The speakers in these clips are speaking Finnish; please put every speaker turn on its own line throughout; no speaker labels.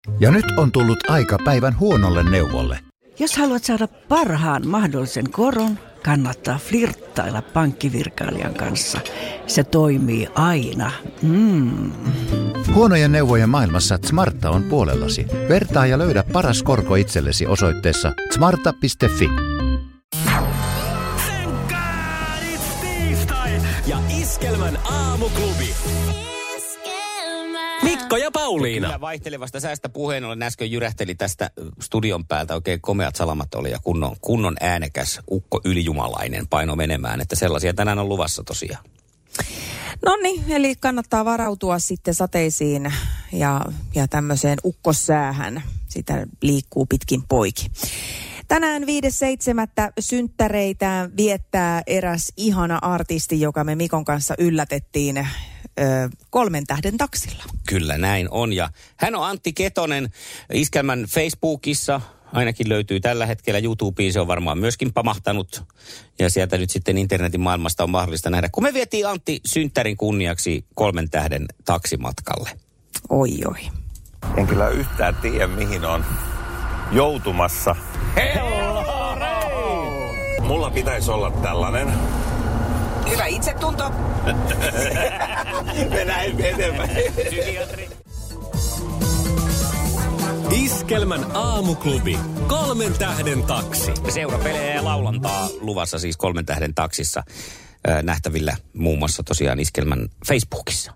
Ja nyt on tullut aika päivän huonolle neuvolle.
Jos haluat saada parhaan mahdollisen koron, kannattaa flirttailla pankkivirkailijan kanssa. Se toimii aina.
Huonojen neuvojen maailmassa Smarta on puolellasi. Vertaa ja löydä paras korko itsellesi osoitteessa smarta.fi.
Ja Iskelmän aamuklubi. Mikko ja Pauliina.
Kyllä vaihtelevasta säästä puheen ollen äsken jyrähteli tästä studion päältä. Oikein komeat salamat oli ja kunnon äänekäs ukko ylijumalainen paino menemään. Että sellaisia tänään on luvassa tosiaan.
No niin, eli kannattaa varautua sitten sateisiin ja tämmöiseen ukkossäähän. Sitä liikkuu pitkin poiki. Tänään 5.7. synttäreitä viettää eräs ihana artisti, joka me Mikon kanssa yllätettiin 3 tähden taksilla.
Kyllä näin on ja hän on Antti Ketonen Iskelmän Facebookissa. Ainakin löytyy tällä hetkellä YouTubeen, se on varmaan myöskin pamahtanut. Ja sieltä nyt sitten internetin maailmasta on mahdollista nähdä. Kun me vietiin Antti synttärin kunniaksi 3 tähden taksimatkalle.
Oi.
En kyllä yhtään tiedä, mihin on joutumassa. Mulla pitäisi olla tällainen.
Hyvä itsetunto.
Mennään eteenpäin.
Iskelmän aamuklubi. 3 tähden taksi.
Seurapelejä ja laulantaa luvassa siis 3 tähden taksissa nähtävillä muun muassa tosiaan Iskelmän Facebookissa.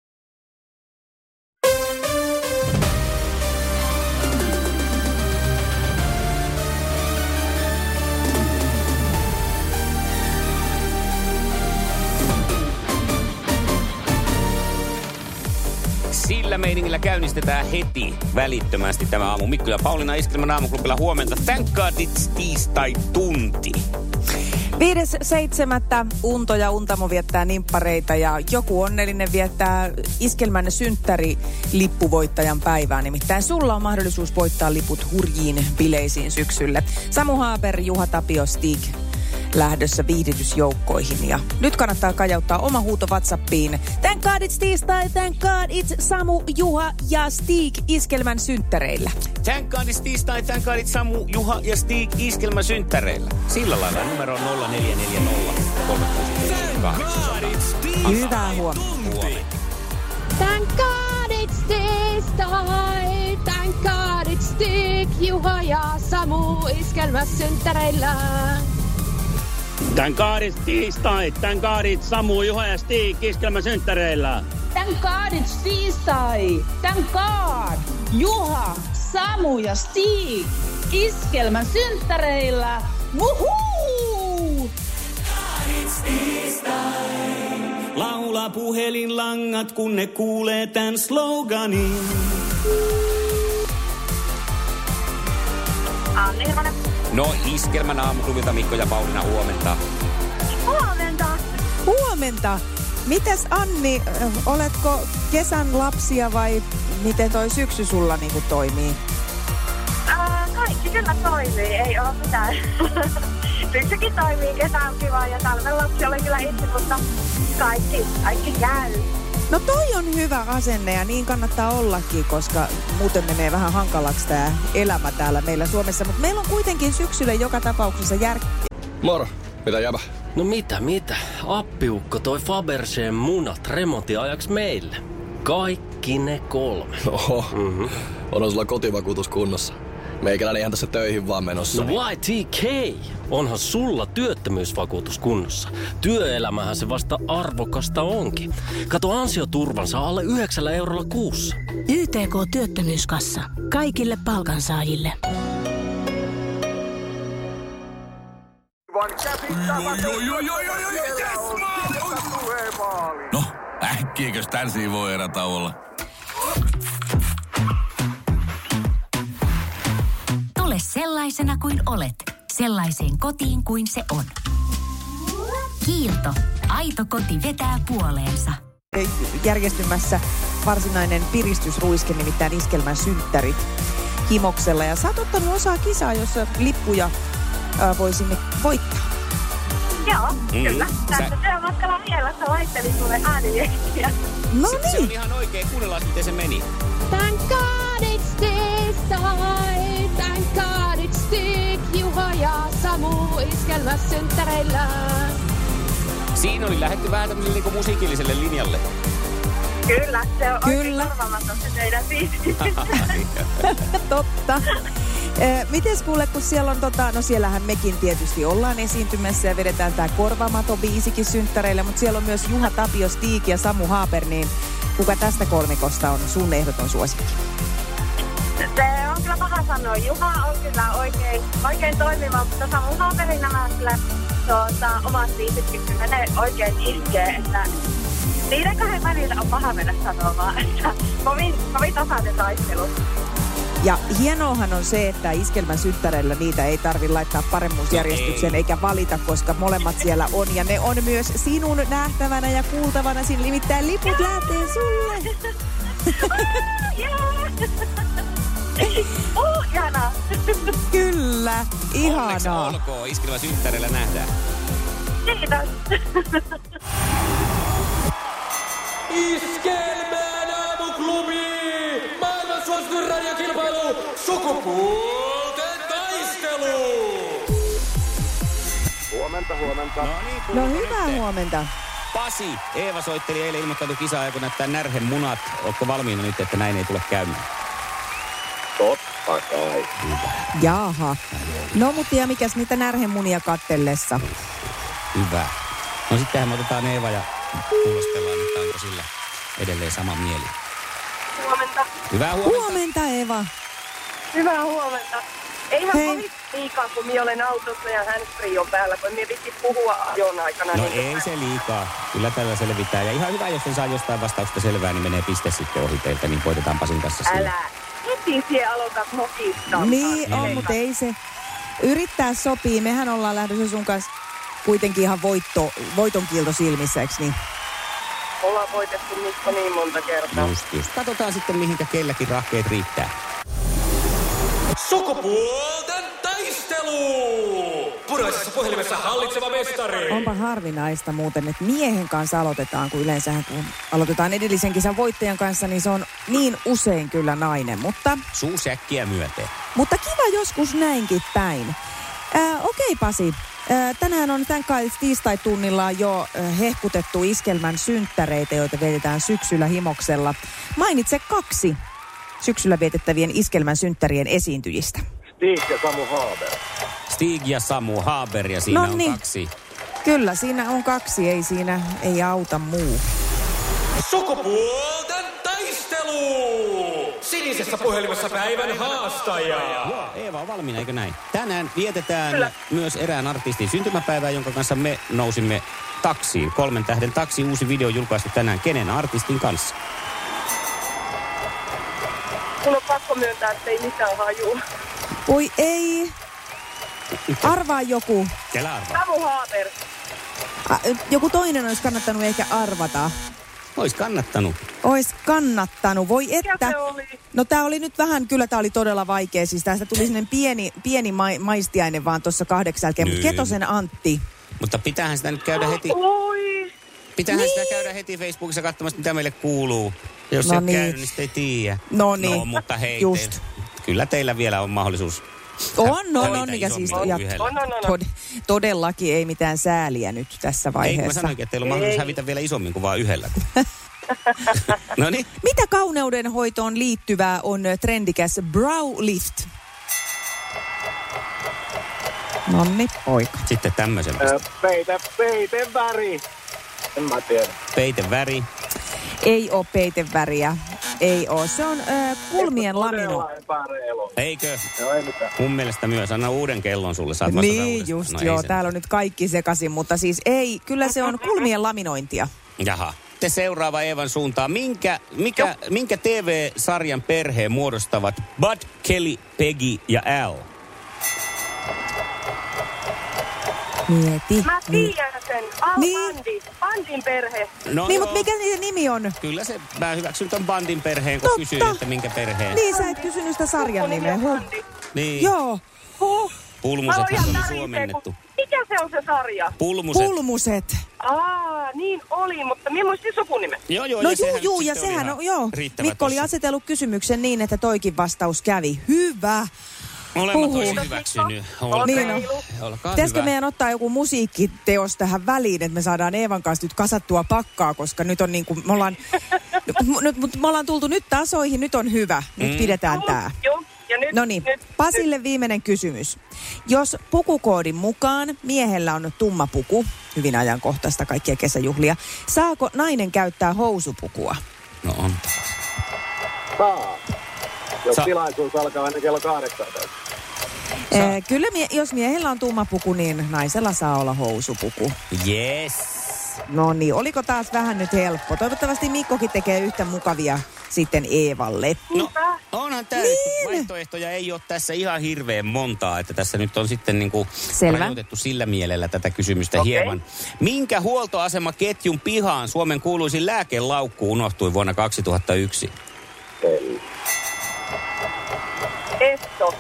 Sillä meiningillä käynnistetään heti välittömästi tämä aamu. Mikko ja Pauliina Iskelmän aamuklubilla huomenta. Thank God it's tiistai-tunti.
5.7. Unto ja Untamo viettää nimppareita ja joku onnellinen viettää Iskelmän synttärilippuvoittajan päivää. Nimittäin sulla on mahdollisuus voittaa liput hurjiin bileisiin syksylle. Samu Haaber, Juha Tapio, Stig lähdössä viihdytysjoukkoihin. Ja nyt kannattaa kajauttaa oma huuto WhatsAppiin. Thank God it's tiistai, thank God it's Samu, Juha ja Stig Iskelmän synttäreillä.
Thank God it's tiistai, thank God it's Samu, Juha ja Stig Iskelmän synttäreillä. Sillä lailla numero on 0440 366.
Hyvää huomenta.
Thank God it's tiistai, thank God it's Stig, Juha ja Samu Iskelmän synttäreillä.
Tän kaadit tiistai, tän kaadit Samu, Juha ja Stig Iskelmän synttäreillä.
Tän kaadit tiistai, tän kaad Juha, Samu ja Stig Iskelmän synttäreillä. Wuhuu!
Laula puhelinlangat, kun ne kuulee tän sloganin.
Anni Hirvonen.
No Iskelmän aamuklubilta Mikko ja Pauliina huomenta.
Huomenta. Mitäs Anni, oletko kesän lapsia vai miten toi syksy sulla niinku toimii?
Kaikki kyllä toimii, ei ole mitään. Syksykin toimii, kesä on kiva ja talven lapsi oli kyllä itse, mutta kaikki käy.
No toi on hyvä asenne ja niin kannattaa ollakin, koska muuten menee vähän hankalaksi tää elämä täällä meillä Suomessa. Mutta meillä on kuitenkin syksyllä joka tapauksessa
Moro, mitä jäbä?
No mitä? Appiukko toi Faberseen munat remontiajaksi meille. Kaikki ne 3.
Oho, onhan sulla kotivakuutus kunnossa. Meikäläinen ihan tässä töihin vaan menossa.
No YTK, onhan sulla työttömyysvakuutus kunnossa. Työelämähän se vasta arvokasta onkin. Kato ansioturvansa alle 9 eurolla kuussa.
YTK Työttömyyskassa. Kaikille palkansaajille.
No, äkkiäkös tän siivoo erätauolla?
Tule sellaisena kuin olet, sellaiseen kotiin kuin se on. Kiilto. Aito koti vetää puoleensa.
Järjestymässä varsinainen piristysruiske, nimittäin Iskelmän synttärit Himoksella. Ja sä oot ottanut osaa kisaa, jossa lippuja voisimme voittaa.
Joo, kyllä. Tässä työmatkalla mielessä laittelin sulle ääniviestiä.
No
niin. Se on ihan oikein. Kuunnellaan, miten se meni.
Thank God
God it's tiistai, thank God it's Stig, Juha ja Samu iskelmässynttäreillä.
Siinä oli lähdetty vähän tämmöiselle niinku musiikilliselle linjalle.
Kyllä, se on oikein korvaamaton se teidän biisi.
Totta. Mites kuule, kun siellä on no siellähän mekin tietysti ollaan esiintymässä ja vedetään tää korvaamaton biisikin synttäreillä, mutta siellä on myös Juha Tapio, Stig ja Samu Haber, niin kuka tästä kolmikosta on sun ehdoton suosikki?
Se on kyllä paha sanoa. Juha on kyllä oikein toimiva, mutta Samu Haberin nämä kyllä omat biisitkin menee oikein iskee, että niiden kahden välillä on paha mennä sanomaan, että kovin tasainen taistelu.
Ja hienoahan on se, että iskelmän synttäreillä niitä ei tarvitse laittaa paremmuusjärjestykseen eikä valita, koska molemmat siellä on. Ja ne on myös sinun nähtävänä ja kuultavana. Siinä nimittäin liput lähtee sulle.
Ihanaa.
Kyllä, ihanaa.
Onneksi olkoon, iskelmän synttäreillä nähdään.
Kiitos.
Iskelmän aamuklubi! Maailman suosituin radiokilpailu! Sukupuolten taistelu!
Huomenta.
No hyvää huomenta.
Pasi, Eeva soitteli eilen, ilmoittautui kisaan, kun näyttää närhen munat. Ootko valmiina nyt, että näin ei tule käymään?
Totta kai.
Hyvä.
Jaha. No mutta ja mikäs niitä närhenmunia kattellessa?
Hyvä. No sittenhän me otetaan Eeva ja kuulostellaan, että onko sillä edelleen sama mieli.
Huomenta.
Hyvää huomenta.
Huomenta, Eeva.
Hyvää huomenta. Eihän kovin liikaa, kun minä olen autossa ja handsfree on päällä, kun minä vitin puhua ajon aikana.
No ei se liikaa. Kyllä tällä selvitään. Ja ihan hyvä, jos en saa jostain vastauksesta selvää, niin menee piste sitten ohi teiltä, niin voitetaan Pasin kanssa siinä.
Älä. Heti siellä aloitat mokistaa.
Niin on, mutta ei se. Yrittää sopii. Mehän ollaan lähdössä sun kanssa kuitenkin ihan voiton kiilto silmissä, eikö niin?
Ollaan voitettu Mikko niin monta kertaa.
Just. Katsotaan sitten, mihinkä kelläkin rahkeet riittää.
Sukupuolten taistelu! Punaisessa puhelimessa hallitseva mestari.
Onpa harvinaista muuten, että miehen kanssa aloitetaan, kun yleensähän kun aloitetaan edellisen kisan voittajan kanssa, niin se on niin usein kyllä nainen, mutta...
Suusäkkiä myöten.
Mutta kiva joskus näinkin päin. Okei, Pasi. Tänään on tämän kai tiistai-tunnilla jo hehkutettu iskelmän synttäreitä, joita vietetään syksyllä Himoksella. Mainitse 2 syksyllä vietettävien iskelmän synttärien esiintyjistä.
Stig ja Samu Haber.
Stig ja Samu Haber, ja siinä on 2.
Kyllä, siinä on 2, ei auta muu.
Sukupuolten taistelu! Sinisessä puhelimessa päivän haastaja.
Joo, Eeva on valmiina, eikö näin? Tänään vietetään myös erään artistin syntymäpäivää, jonka kanssa me nousimme taksiin. 3 tähden taksi, uusi video julkaistu tänään. Kenen artistin kanssa?
Mun on pakko myöntää, että ei mitään hajua.
Oi ei. Arvaa joku.
Kela arvaa.
Samu Haber.
Joku toinen olisi kannattanut ehkä arvata.
Ois kannattanut. Voi että.
Mikä se oli?
No tää oli nyt vähän, kyllä tää oli todella vaikea. Siis tästä tuli sellainen pieni maistiainen vaan tuossa 8 jälkeen. Mutta Ketosen Antti.
Mutta pitäähän sitä nyt käydä heti.
Oi.
Pitäähän sitä käydä heti Facebookissa katsomassa, mitä meille kuuluu. Ja jos se on käynyt, niin sitä ei tiedä.
No niin.
No, mutta hei,
just.
Kyllä teillä vielä on mahdollisuus.
On, mikä siis todellakin ei mitään sääliä nyt tässä vaiheessa.
Ei, mä sanoinkin, että teillä on mahdollisuus hävitä vielä isommin kuin vaan yhdellä. Noniin.
Mitä kauneudenhoitoon liittyvää on trendikäs brow lift? Nonni, poika.
Sitten tämmöisen.
Peiteväri. En mä tiedä.
Peiteväri.
Ei oo peiteväriä. Ei oo. Se on kulmien lamino.
Eikö?
Joo, ei mitään.
Mun mielestä myös. Anna uuden kellon sulle. Saat vastata
niin
uudestaan.
just,
no,
joo. Täällä on nyt kaikki sekaisin, mutta siis ei. Kyllä se on kulmien laminointia.
Jaha. Te seuraava Eevan suuntaan. Minkä TV-sarjan perheen muodostavat Bud, Kelly, Peggy ja Al?
Mieti.
Mä tiedän sen. Al-Bandi. Bandin perhe.
No
niin, mutta mikä niiden nimi on?
Kyllä se, mä hyväksyn ton Bandin perheen, kun kysyin, että minkä perheen.
Niin, sä et kysynyt sitä sarjan nimeä.
Niin.
Joo.
Pulmuset on suomennettu.
Mikä se on se sarja?
Pulmuset.
Pulmuset.
Niin oli, mutta minä muistin sukunimen.
Joo,
ja sehän on, Mikko oli asetellut kysymyksen niin, että toikin vastaus kävi. Hyvä.
Molemmat olisi hyväksynyt.
Pitäisikö meidän ottaa joku musiikkiteos tähän väliin, että me saadaan Eevan kanssa nyt kasattua pakkaa, koska nyt on niin kuin, me ollaan tultu nyt tasoihin, nyt on hyvä. Nyt pidetään tää. No niin, Pasille viimeinen kysymys. Jos pukukoodin mukaan miehellä on tumma puku, hyvin ajankohtaista kaikkia kesäjuhlia, saako nainen käyttää housupukua?
No on.
Saa. Jos tilaisuus alkaa ennen kello 18.
Kyllä, jos miehellä on tumma puku, niin naisella saa olla housupuku.
Yes.
No niin, oliko taas vähän nyt helppo? Toivottavasti Mikkokin tekee yhtä mukavia sitten Eevalle.
No, onhan tämä, vaihtoehtoja ei ole tässä ihan hirveän montaa, että tässä nyt on sitten niinku rajoitettu sillä mielellä tätä kysymystä hieman. Minkä huoltoasemaketjun pihaan Suomen kuuluisin lääkelaukku unohtui vuonna 2001?
Esto.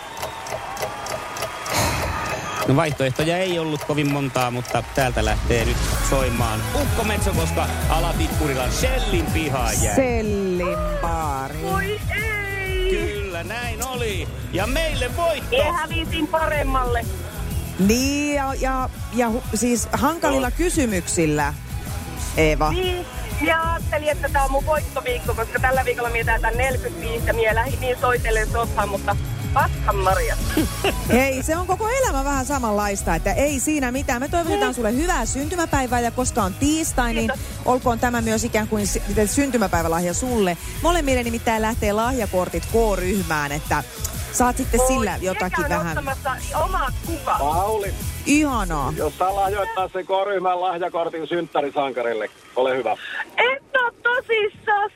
No vaihtoehtoja ei ollut kovin montaa, mutta täältä lähtee nyt soimaan Ukko Metsokoska Ala-Tikkurilan Shellin pihaan jäi.
Shellin baari.
Voi ei!
Kyllä, näin oli. Ja meille voitto.
Ja hävisin paremmalle.
Niin, ja siis hankalilla kysymyksillä, Eeva.
Niin, minä ajattelin, että tämä on mun voittoviikko, koska tällä viikolla minä täytän 45 ja minä lähdin niin soitellen soppaan, mutta paskan Maria.
Hei, se on koko elämä vähän samanlaista, että ei siinä mitään. Me toivotetaan sulle hyvää syntymäpäivää ja koska on tiistai, niin olkoon tämä myös ikään kuin syntymäpäivälahja sulle. Molemmille nimittäin lähtee lahjakortit K-ryhmään, että saat sitten sillä jotakin vähän.
Omat kuka?
Pauli.
Ihanaa.
Jos saa lahjoittaa sen K-ryhmän lahjakortin synttärisankarille, ole hyvä.
Et oo tosissas.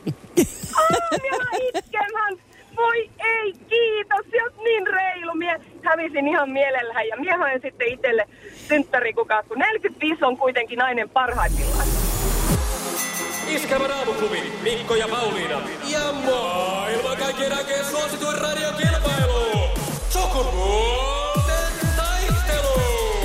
Minä itkenhän. Voi ei, kiitos. Se on niin reilu. Mie hävisin ihan mielellään ja mie haen sitten itselle synttärikukaat, kun 45 on kuitenkin nainen parhaimmillaan.
Iskelmän aamuklubi, Mikko ja Pauliina. Ja maailman kaikkien aikeen suosituin radiokilpailu. Sukupuolten taistelu.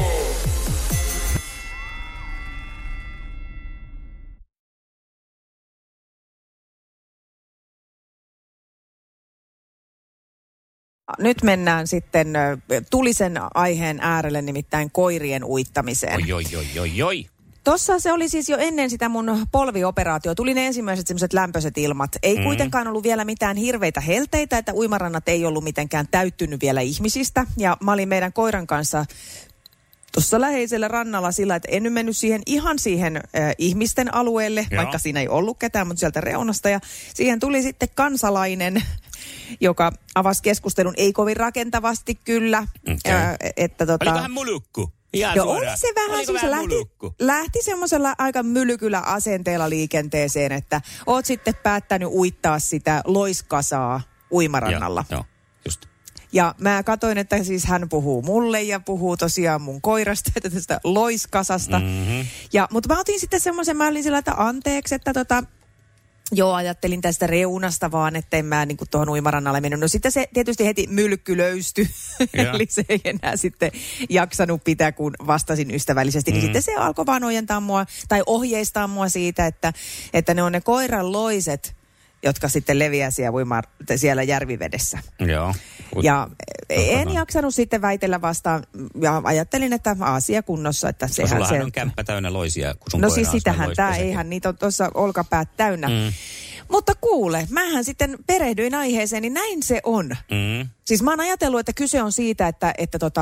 Nyt mennään sitten tulisen aiheen äärelle, nimittäin koirien uittamiseen.
Oi.
Tossa se oli siis jo ennen sitä mun polvioperaatio. Tuli ne ensimmäiset semmoiset lämpöiset ilmat. Ei kuitenkaan ollut vielä mitään hirveitä helteitä, että uimarannat ei ollut mitenkään täyttynyt vielä ihmisistä. Ja mä olin meidän koiran kanssa tuossa läheisellä rannalla sillä, että en nyt mennyt ihan siihen ihmisten alueelle, vaikka siinä ei ollut ketään, mutta sieltä reunasta. Ja siihen tuli sitten kansalainen, joka avasi keskustelun, ei kovin rakentavasti kyllä.
Oliko hän mulukku?
Joo, oli se vähän, se lähti semmoisella aika mylkyllä asenteella liikenteeseen, että oot sitten päättänyt uittaa sitä loiskasaa uimarannalla.
Joo, just.
Ja mä katsoin, että siis hän puhuu mulle ja puhuu tosiaan mun koirasta, että tästä loiskasasta. Mutta mä otin sitten semmoisen, mä olin sillä, että anteeksi, että joo, ajattelin tästä reunasta vaan, että en mä niinku tuohon uimarannalle mennyt. No sitten se tietysti heti mylkky löystyi, eli se ei enää sitten jaksanut pitää, kun vastasin ystävällisesti. Niin sitten se alkoi vaan ojentaa mua, tai ohjeistaa mua siitä, että ne on ne koiran loiset, jotka sitten leviää siellä järvivedessä.
Joo.
Ja en jaksanut sitten väitellä vastaan, ja ajattelin, että asia kunnossa, että sehän se...
Sullahan on kämppä täynnä loisia, kun sun
no
koira
siis sitähän tämä, eihän niitä on tuossa olkapäät täynnä. Mutta kuule, mähän sitten perehdyin aiheeseen, niin näin se on. Siis mä oon ajatellut, että kyse on siitä, että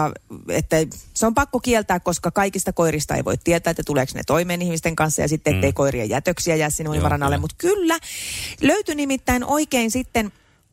se on pakko kieltää, koska kaikista koirista ei voi tietää, että tuleeko ne toimeen ihmisten kanssa ja sitten ettei koirien jätöksiä jää sinne uimarannalle. Mutta kyllä, löytyi nimittäin oikein sitten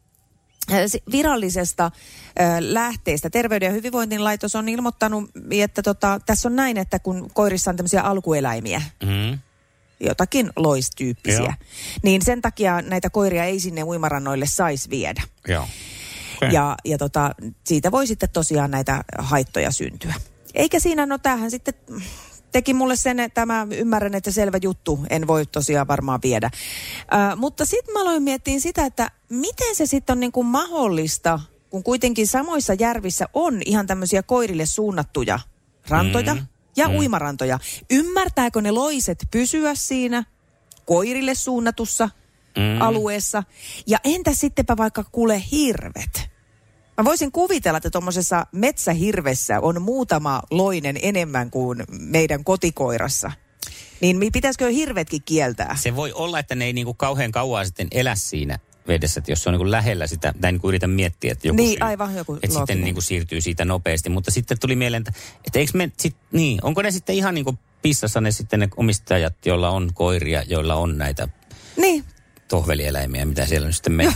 virallisesta lähteestä. Terveyden ja hyvinvoinnin laitos on ilmoittanut, että tässä on näin, että kun koirissa on tämmöisiä alkueläimiä, jotakin loistyyppisiä, niin sen takia näitä koiria ei sinne uimarannoille saisi viedä.
Joo.
Okay. Ja siitä voi sitten tosiaan näitä haittoja syntyä. Eikä siinä, no tämähän sitten teki mulle sen, että mä ymmärrän, että selvä juttu, en voi tosiaan varmaan viedä. Mutta sitten mä aloin miettiä sitä, että miten se sitten on niin kuin mahdollista, kun kuitenkin samoissa järvissä on ihan tämmöisiä koirille suunnattuja rantoja, ja uimarantoja. Ymmärtääkö ne loiset pysyä siinä koirille suunnatussa alueessa? Ja entä sittenpä vaikka kuule hirvet? Mä voisin kuvitella, että tuommoisessa metsähirvessä on muutama loinen enemmän kuin meidän kotikoirassa. Niin pitäisikö hirvetkin kieltää?
Se voi olla, että ne ei niinku kauhean kauan sitten elä siinä vedessä, että jos se on niinku lähellä sitä, tai niinku yritän miettiä, että joku
niin, aivan joku
että sitten niinku siirtyy siitä nopeasti. Mutta sitten tuli mieleen, että eikö me onko ne sitten ihan niinku pissassa ne sitten ne omistajat, joilla on koiria, joilla on näitä tohvelieläimiä, mitä siellä nyt sitten menee.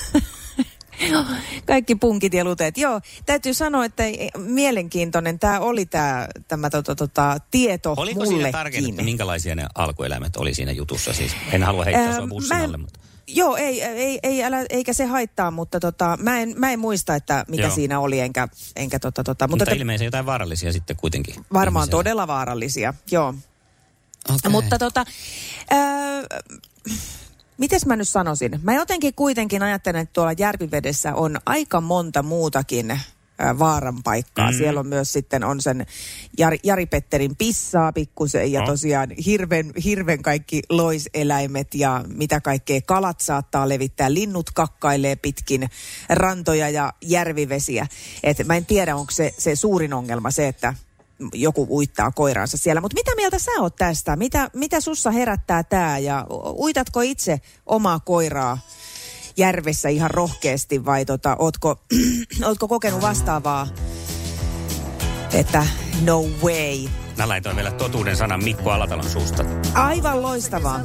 Kaikki punkit ja luteet. Joo, täytyy sanoa, että mielenkiintoinen tämä oli tämä tieto.
Oliko
mullekin.
siinä tarkennettu, minkälaisia ne alkueläimet oli siinä jutussa? Siis en halua heittää sua bussin alle, mutta...
Joo, eikä se haittaa, mutta mä en muista, että mikä siinä oli, enkä
mutta ilmeisesti jotain vaarallisia sitten kuitenkin.
Varmaan todella vaarallisia, joo. Okay. Mutta mites mä nyt sanoisin? Mä jotenkin kuitenkin ajattelen, että tuolla järvivedessä on aika monta muutakin vaaran paikkaa. Siellä on myös sitten on sen Jari Petterin pissaa pikkusen ja tosiaan hirven kaikki loiseläimet ja mitä kaikkea kalat saattaa levittää. Linnut kakkailee pitkin rantoja ja järvivesiä. Et mä en tiedä, onko se suurin ongelma se, että joku uittaa koiraansa siellä. Mutta mitä mieltä sä oot tästä? Mitä sussa herättää tää ja uitatko itse omaa koiraa järvessä ihan rohkeasti vai ootko kokenut vastaavaa, että no way?
Mä laitoin vielä totuuden sanan Mikko Alatalon suusta.
Aivan loistavaa.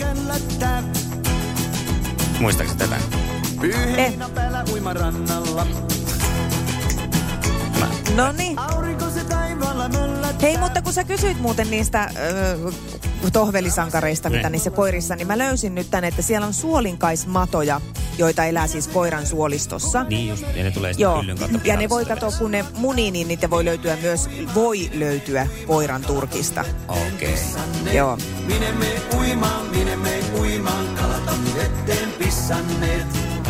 Muistaakseni tätä?
Päällä uimarannalla.
No niin. Hei, mutta kun sä kysyit muuten niistä tohvelisankareista, mitä niissä koirissa, niin mä löysin nyt tänne, että siellä on suolinkaismatoja, joita elää siis koiran suolistossa.
Niin just, ja ne tulee sitten hyllyn kautta.
Ja ne voi katsoa, kun ne munii, niin niitä voi löytyä koiran turkista.
Okei.
Joo.
Minemme uimaan, kalat on veteen pissanneet.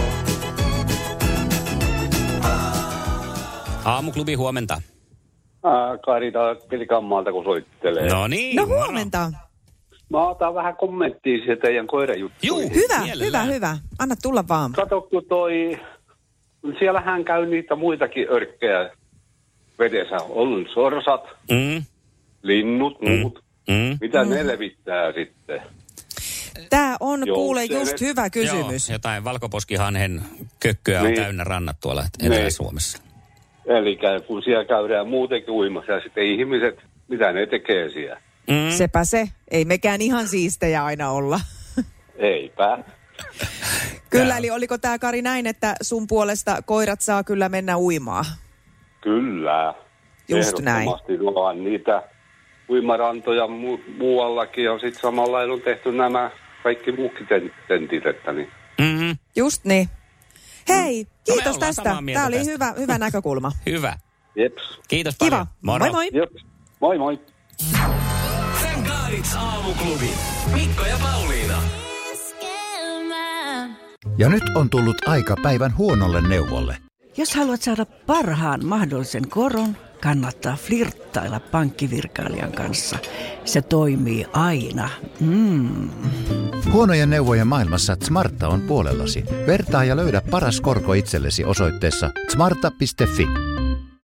Aamuklubi, huomenta.
Karita Pilikanmaalta, kun soittelee.
No niin.
No huomenta.
Mä otan vähän kommenttia siihen teidän koirajuttuihin.
Hyvä. Anna tulla vaan.
Kato, kun siellähän käy niitä muitakin örkkejä vedessä. On sorsat, linnut, muut. Mitä ne levittää sitten?
Tää on just hyvä kysymys.
Joo, jotain valkoposkihanhen kökköä on täynnä rannat tuolla Etelä-Suomessa.
Eli kun siellä käydään muutenkin uimassa ja sitten ihmiset, mitä ne tekee siellä?
Sepä se. Ei mekään ihan siistejä aina olla.
Eipä.
Kyllä, eli oliko tämä Kari näin, että sun puolesta koirat saa kyllä mennä uimaan?
Kyllä.
Just näin.
Ehdottomasti on niitä uimarantoja muuallakin ja sitten samalla on tehty nämä kaikki muukin tentit, että niin.
Just niin. Hei, kiitos tästä. Tämä oli hyvä näkökulma.
Hyvä.
Jeps.
Kiitos paljon.
Kiva. Moro. Moi.
Jeps. Moi.
Thank God it's Aamuklubi. Mikko ja Pauliina.
Ja nyt on tullut aika päivän huonolle neuvolle.
Jos haluat saada parhaan mahdollisen koron, kannattaa flirttailla pankkivirkailijan kanssa. Se toimii aina.
Huonojen neuvojen maailmassa Smarta on puolellasi. Vertaa ja löydä paras korko itsellesi osoitteessa smarta.fi.